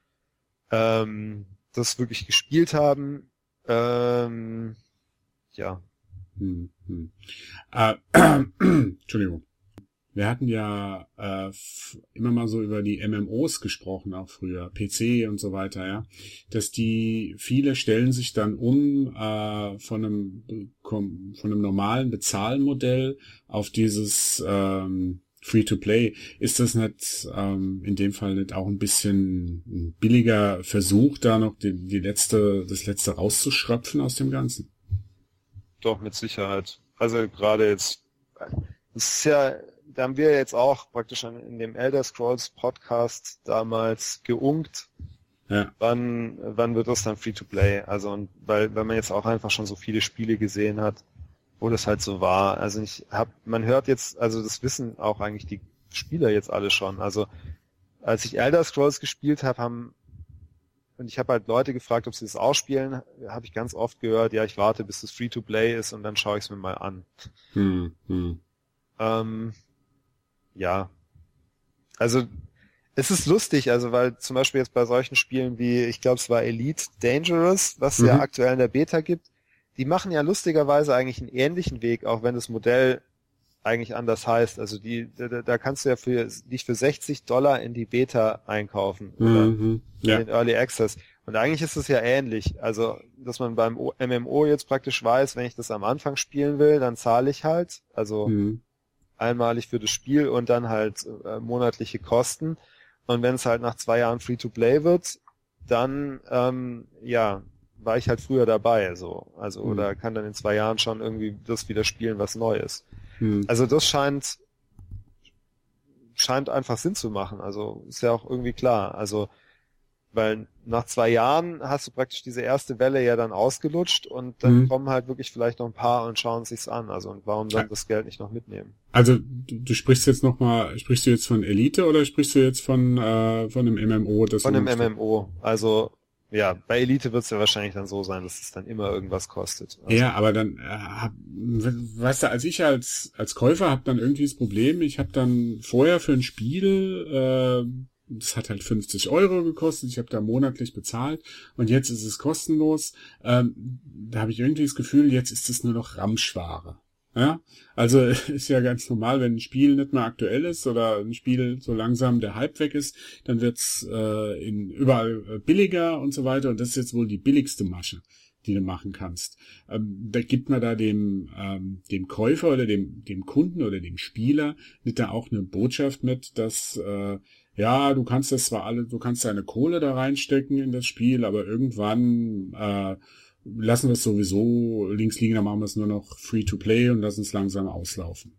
ähm, das wirklich gespielt haben. Ähm, ja. Hm, hm. Äh, äh, Entschuldigung. Wir hatten ja äh, f- immer mal so über die M M Os gesprochen, auch früher, P C und so weiter, ja. Dass die, viele stellen sich dann um äh, von einem von einem normalen Bezahlmodell auf dieses ähm, Free-to-Play. Ist das nicht ähm, in dem Fall nicht auch ein bisschen ein billiger Versuch, da noch die, die letzte, das letzte rauszuschröpfen aus dem Ganzen? Doch, mit Sicherheit. Also gerade jetzt, es ist ja, da haben wir jetzt auch praktisch in dem Elder Scrolls Podcast damals geunkt. Ja. Wann, wann wird das dann Free-to-Play? Also, und weil, weil man jetzt auch einfach schon so viele Spiele gesehen hat, wo das halt so war. Also ich hab, man hört jetzt, also das wissen auch eigentlich die Spieler jetzt alle schon. Also, als ich Elder Scrolls gespielt habe, haben, und ich habe halt Leute gefragt, ob sie das ausspielen, habe ich ganz oft gehört, ja, ich warte, bis das Free-to-Play ist und dann schaue ich es mir mal an. Hm, hm. Ähm, ja, also es ist lustig, also weil zum Beispiel jetzt bei solchen Spielen wie, ich glaube es war Elite Dangerous, was es Mhm. ja aktuell in der Beta gibt, die machen ja lustigerweise eigentlich einen ähnlichen Weg, auch wenn das Modell eigentlich anders heißt. Also die, da, da kannst du ja für dich für sechzig Dollar in die Beta einkaufen oder Mhm. in Ja. den Early Access. Und eigentlich ist es ja ähnlich. Also, dass man beim M M O jetzt praktisch weiß, wenn ich das am Anfang spielen will, dann zahle ich halt. Also Mhm. einmalig für das Spiel und dann halt äh, monatliche Kosten. Und wenn es halt nach zwei Jahren Free-to-Play wird, dann, ähm, ja, war ich halt früher dabei, so. Also, mhm. oder kann dann in zwei Jahren schon irgendwie das wieder spielen, was neu ist. Mhm. Also das scheint, scheint einfach Sinn zu machen. Also, ist ja auch irgendwie klar. Also, weil nach zwei Jahren hast du praktisch diese erste Welle ja dann ausgelutscht und dann mhm. kommen halt wirklich vielleicht noch ein paar und schauen sich's an. Also, und warum dann ja. das Geld nicht noch mitnehmen? Also, du, du sprichst jetzt nochmal, sprichst du jetzt von Elite oder sprichst du jetzt von, äh, von einem M M O? Das von einem M M O. Also, ja, bei Elite wird es ja wahrscheinlich dann so sein, dass es dann immer irgendwas kostet. Also ja, aber dann, äh, hab, weißt du, als ich als als Käufer habe dann irgendwie das Problem, ich habe dann vorher für ein Spiel, äh, das hat halt fünfzig Euro gekostet, ich habe da monatlich bezahlt und jetzt ist es kostenlos. Ähm, da habe ich irgendwie das Gefühl, jetzt ist es nur noch Ramschware. Ja, also ist ja ganz normal, wenn ein Spiel nicht mehr aktuell ist oder ein Spiel so langsam der Hype weg ist, dann wird's äh, in überall billiger und so weiter und das ist jetzt wohl die billigste Masche, die du machen kannst. Ähm, da gibt man da dem ähm, dem Käufer oder dem dem Kunden oder dem Spieler nicht da auch eine Botschaft mit, dass äh, ja, du kannst das zwar alle, du kannst deine Kohle da reinstecken in das Spiel, aber irgendwann äh, lassen wir es sowieso links liegen, dann machen wir es nur noch Free-to-Play und lassen es langsam auslaufen.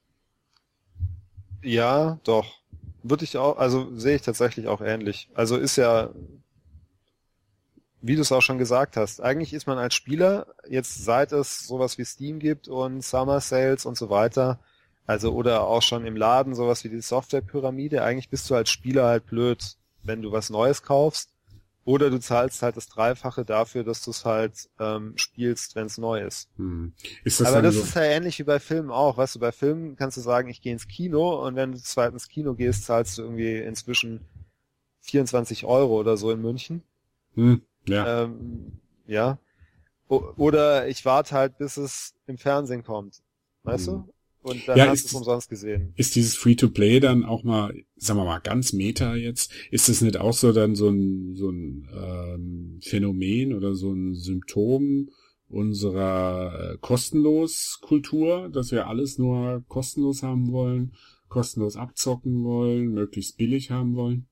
Ja, doch. Würde ich auch, also sehe ich tatsächlich auch ähnlich. Also ist ja, wie du es auch schon gesagt hast, eigentlich ist man als Spieler, jetzt seit es sowas wie Steam gibt und Summer Sales und so weiter, also oder auch schon im Laden sowas wie die Softwarepyramide, eigentlich bist du als Spieler halt blöd, wenn du was Neues kaufst. Oder du zahlst halt das Dreifache dafür, dass du es halt ähm, spielst, wenn es neu ist. Hm. Ist das Aber dann das so? ist ja ähnlich wie bei Filmen auch. Weißt du, bei Filmen kannst du sagen, ich gehe ins Kino und wenn du zweitens ins Kino gehst, zahlst du irgendwie inzwischen vierundzwanzig Euro oder so in München. Hm. Ja. Ähm, ja. O- oder ich warte halt, bis es im Fernsehen kommt. Weißt Hm. du? Und dann Ja, hast du ist- es umsonst gesehen. Ist dieses Free-to-Play dann auch mal, sagen wir mal, ganz meta jetzt? Ist es nicht auch so dann so ein, so ein ähm, Phänomen oder so ein Symptom unserer äh, Kostenlos-Kultur, dass wir alles nur kostenlos haben wollen, kostenlos abzocken wollen, möglichst billig haben wollen?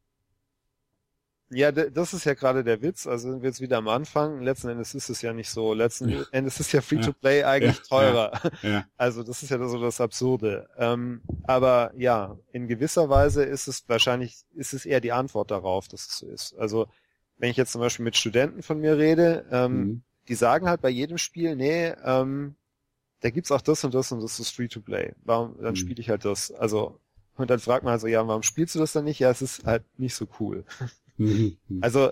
Ja, d- das ist ja gerade der Witz. Also sind wir jetzt wieder am Anfang. Letzten Endes ist es ja nicht so. Letzten Ja. Endes ist ja Free-to-Play eigentlich Ja, teurer. Ja. Also das ist ja so das Absurde. Ähm, aber ja, in gewisser Weise ist es wahrscheinlich, ist es eher die Antwort darauf, dass es so ist. Also wenn ich jetzt zum Beispiel mit Studenten von mir rede, ähm, Mhm. die sagen halt bei jedem Spiel, nee, ähm, da gibt's auch das und das und das ist Free-to-Play. Warum, dann Mhm. spiele ich halt das. Also, und dann fragt man halt so, ja, warum spielst du das dann nicht? Ja, es ist halt nicht so cool. Mhm. Also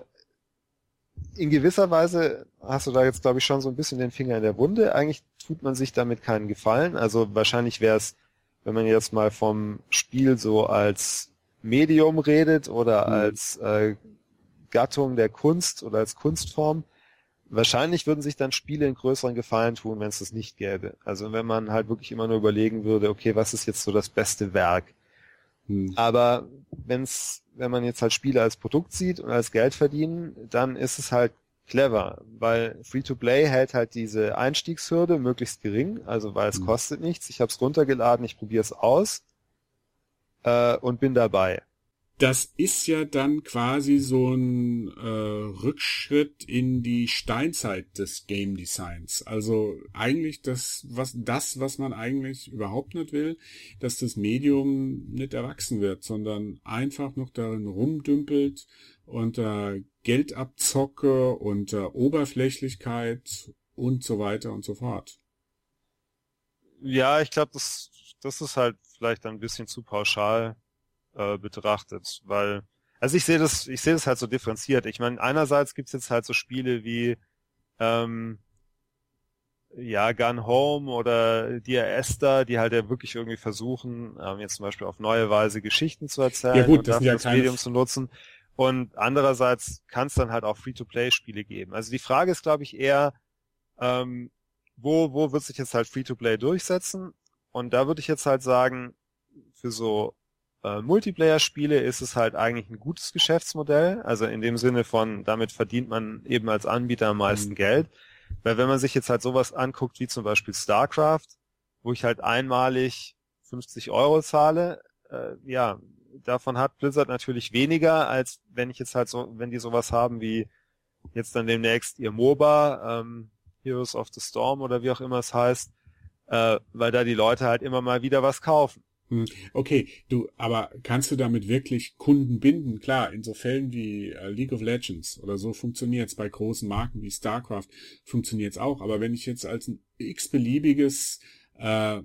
in gewisser Weise hast du da jetzt, glaube ich, schon so ein bisschen den Finger in der Wunde. Eigentlich tut man sich damit keinen Gefallen. Also wahrscheinlich wäre es, wenn man jetzt mal vom Spiel so als Medium redet oder Mhm. als äh, Gattung der Kunst oder als Kunstform, wahrscheinlich würden sich dann Spiele einen größeren Gefallen tun, wenn es das nicht gäbe. Also wenn man halt wirklich immer nur überlegen würde, okay, was ist jetzt so das beste Werk? Mhm. Aber wenn's, wenn man jetzt halt Spiele als Produkt sieht und als Geld verdienen, dann ist es halt clever, weil Free-to-Play hält halt diese Einstiegshürde möglichst gering, also weil es Mhm. kostet nichts. Ich habe es runtergeladen, ich probiere es aus äh, und bin dabei. Das ist ja dann quasi so ein äh, Rückschritt in die Steinzeit des Game Designs. Also eigentlich das, was das, was man eigentlich überhaupt nicht will, dass das Medium nicht erwachsen wird, sondern einfach noch darin rumdümpelt unter Geldabzocke, unter Oberflächlichkeit und so weiter und so fort. Ja, ich glaube, das, das ist halt vielleicht ein bisschen zu pauschal äh, betrachtet, weil, also ich sehe das, ich sehe das halt so differenziert. Ich meine, einerseits gibt's jetzt halt so Spiele wie ähm, ja, Gone Home oder Dear Esther, die halt ja wirklich irgendwie versuchen, ähm, jetzt zum Beispiel auf neue Weise Geschichten zu erzählen Ja gut, und das sind dafür ja das keine Medium zu nutzen. Und andererseits kann es dann halt auch Free-to-Play-Spiele geben. Also die Frage ist, glaube ich, eher, ähm, wo, wo wird sich jetzt halt Free-to-Play durchsetzen? Und da würde ich jetzt halt sagen, für so äh, Multiplayer-Spiele ist es halt eigentlich ein gutes Geschäftsmodell. Also in dem Sinne von, damit verdient man eben als Anbieter am meisten Mhm. Geld. Weil wenn man sich jetzt halt sowas anguckt, wie zum Beispiel StarCraft, wo ich halt einmalig fünfzig Euro zahle, äh, ja, davon hat Blizzard natürlich weniger, als wenn ich jetzt halt so, wenn die sowas haben wie jetzt dann demnächst ihr MOBA, ähm, Heroes of the Storm oder wie auch immer es heißt, äh, weil da die Leute halt immer mal wieder was kaufen. Okay, du, aber kannst du damit wirklich Kunden binden? Klar, in so Fällen wie äh, League of Legends oder so funktioniert's, bei großen Marken wie StarCraft funktioniert's auch, aber wenn ich jetzt als ein x-beliebiges äh,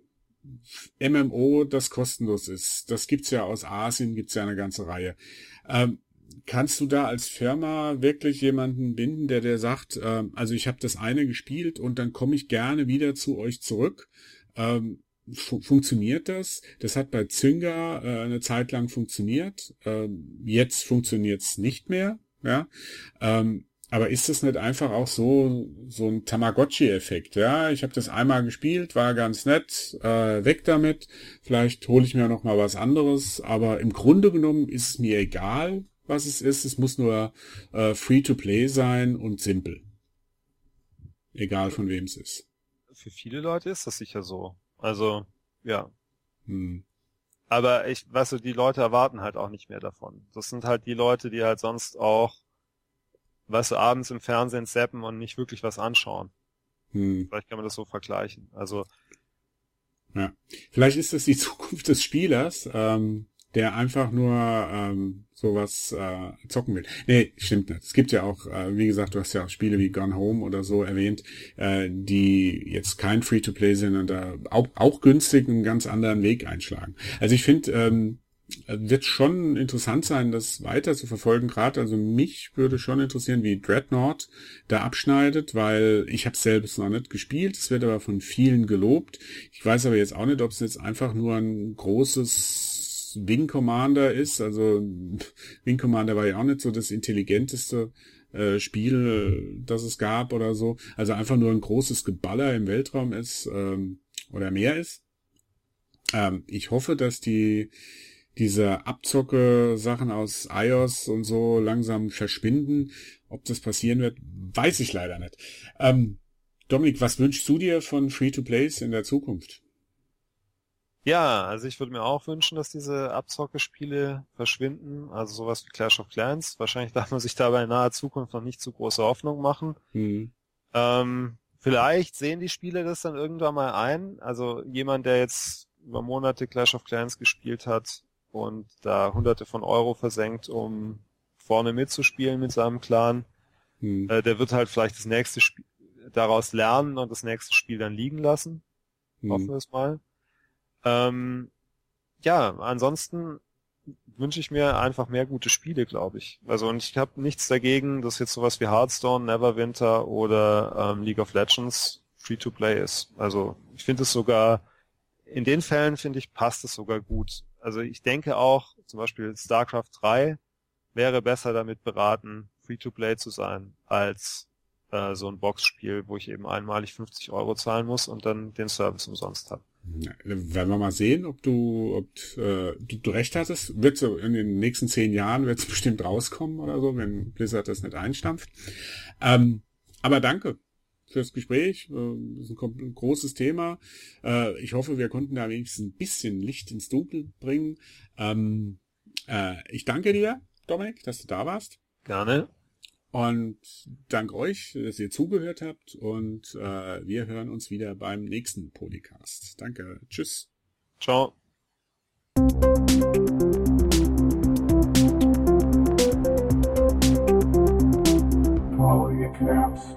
M M O, das kostenlos ist, das gibt's ja aus Asien, gibt's ja eine ganze Reihe, ähm, kannst du da als Firma wirklich jemanden binden, der dir sagt, ähm, also ich habe das eine gespielt und dann komme ich gerne wieder zu euch zurück, ähm, funktioniert das? Das hat bei Zynga äh, eine Zeit lang funktioniert. Ähm, jetzt funktioniert es nicht mehr. Ja, ähm, aber ist das nicht einfach auch so so ein Tamagotchi-Effekt? Ja, ich habe das einmal gespielt, war ganz nett, äh, weg damit. Vielleicht hole ich mir noch mal was anderes. Aber im Grunde genommen ist es mir egal, was es ist. Es muss nur äh, Free-to-Play sein und simpel. Egal von wem es ist. Für viele Leute ist das sicher so. Also, ja. Hm. Aber ich, weißt du, die Leute erwarten halt auch nicht mehr davon. Das sind halt die Leute, die halt sonst auch, weißt du, abends im Fernsehen zappen und nicht wirklich was anschauen. Hm. Vielleicht kann man das so vergleichen. Also. Ja. Vielleicht ist das die Zukunft des Spielers, ähm, der einfach nur ähm, sowas äh, zocken will. Nee, stimmt nicht. Es gibt ja auch, äh, wie gesagt, du hast ja auch Spiele wie Gone Home oder so erwähnt, äh, die jetzt kein Free-to-Play sind und da auch, auch günstig einen ganz anderen Weg einschlagen. Also ich finde, ähm, wird schon interessant sein, das weiter zu verfolgen. Gerade, also mich würde schon interessieren, wie Dreadnought da abschneidet, weil ich habe es selbst noch nicht gespielt. Es wird aber von vielen gelobt. Ich weiß aber jetzt auch nicht, ob es jetzt einfach nur ein großes Wing Commander ist, also Wing Commander war ja auch nicht so das intelligenteste äh, Spiel, das es gab oder so, also einfach nur ein großes Geballer im Weltraum ist ähm, oder mehr ist. Ähm, ich hoffe, dass die diese Abzocke-Sachen aus iOS und so langsam verschwinden. Ob das passieren wird, weiß ich leider nicht. Ähm, Dominik, was wünschst du dir von Free-to-Plays in der Zukunft? Ja, also ich würde mir auch wünschen, dass diese Abzocke-Spiele verschwinden, also sowas wie Clash of Clans. Wahrscheinlich darf man sich dabei in naher Zukunft noch nicht zu große Hoffnung machen. Mhm. Ähm, vielleicht sehen die Spiele das dann irgendwann mal ein. Also jemand, der jetzt über Monate Clash of Clans gespielt hat und da hunderte von Euro versenkt, um vorne mitzuspielen mit seinem Clan, mhm. äh, der wird halt vielleicht das nächste Spiel daraus lernen und das nächste Spiel dann liegen lassen. Mhm. Hoffen wir es mal. Ähm, ja, ansonsten wünsche ich mir einfach mehr gute Spiele, glaube ich. Also und ich habe nichts dagegen, dass jetzt sowas wie Hearthstone, Neverwinter oder ähm, League of Legends Free-to-Play ist. Also ich finde es sogar, in den Fällen finde ich, passt es sogar gut. Also ich denke auch, zum Beispiel StarCraft drei wäre besser damit beraten, Free-to-Play zu sein, als äh, so ein Boxspiel, wo ich eben einmalig fünfzig Euro zahlen muss und dann den Service umsonst habe. Ja, werden wir mal sehen, ob du, ob äh, du, du recht hattest. Wird so in den nächsten zehn Jahren wird es bestimmt rauskommen oder so, wenn Blizzard das nicht einstampft. Ähm, aber danke fürs Gespräch. Das ist ein großes Thema. Äh, ich hoffe, wir konnten da wenigstens ein bisschen Licht ins Dunkel bringen. Ähm, äh, ich danke dir, Dominik, dass du da warst. Gerne. Und dank euch, dass ihr zugehört habt und äh, wir hören uns wieder beim nächsten Podcast. Danke, tschüss. Ciao. Follow your caps.